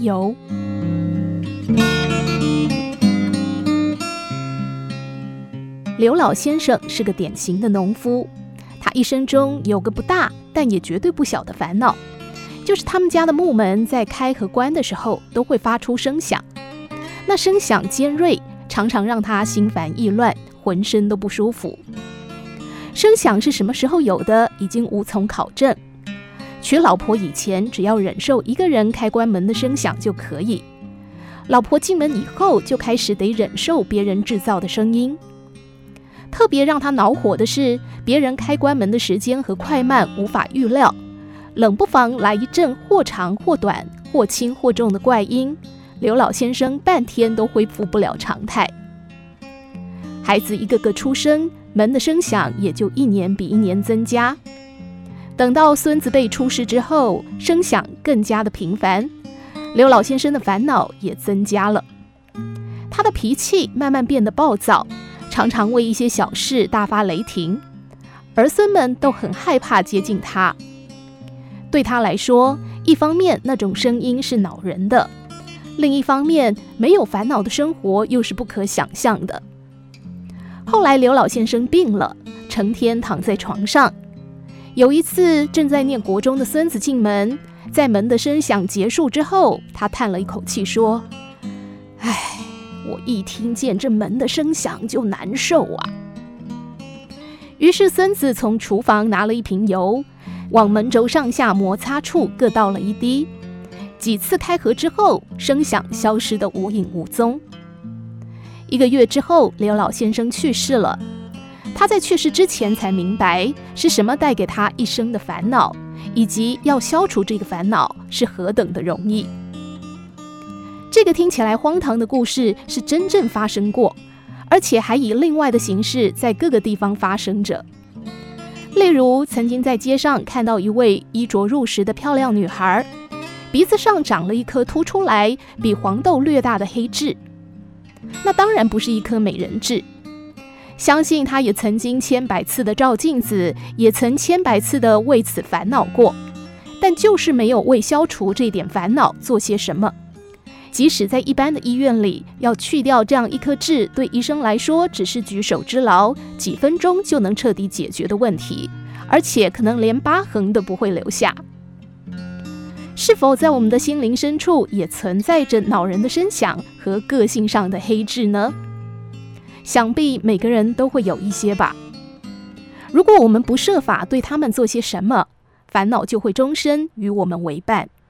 理由。刘老先生是个典型的农夫，他一生中有个不大但也绝对不小的烦恼，就是他们家的木门在开和关的时候都会发出声响，那声响尖锐，常常让他心烦意乱，浑身都不舒服。声响是什么时候有的，已经无从考证。娶老婆以前，只要忍受一个人开关门的声响就可以，老婆进门以后，就开始得忍受别人制造的声音。特别让他恼火的是，别人开关门的时间和快慢无法预料，冷不防来一阵或长或短、或轻或重的怪音，刘老先生半天都恢复不了常态。孩子一个个出生，门的声响也就一年比一年增加。等到孙子辈出世之后，声响更加的频繁，刘老先生的烦恼也增加了。他的脾气慢慢变得暴躁，常常为一些小事大发雷霆，儿孙们都很害怕接近他。对他来说，一方面那种声音是恼人的，另一方面没有烦恼的生活又是不可想象的。后来刘老先生病了，成天躺在床上。有一次正在念国中的孙子进门，在门的声响结束之后，他叹了一口气说：唉，我一听见这门的声响就难受啊。于是孙子从厨房拿了一瓶油，往门轴上下摩擦处各倒了一滴，几次开合之后，声响消失得无影无踪。1个月之后，刘老先生去世了。他在去世之前才明白是什么带给他一生的烦恼，以及要消除这个烦恼是何等的容易。这个听起来荒唐的故事是真正发生过，而且还以另外的形式在各个地方发生着。例如，曾经在街上看到一位衣着入时的漂亮女孩，鼻子上长了一颗凸出来比黄豆略大的黑痣，那当然不是一颗美人痣。相信她也曾经千百次的照镜子，也曾千百次的为此烦恼过，但就是没有为消除这点烦恼做些什么。即使在一般的医院里，要去掉这样一颗痣，对医生来说只是举手之劳，几分钟就能彻底解决的问题，而且可能连疤痕都不会留下。是否在我们的心灵深处也存在着恼人的声响和个性上的黑痣呢？想必每个人都会有一些吧。如果我们不设法对他们做些什么，烦恼就会终身与我们为伴。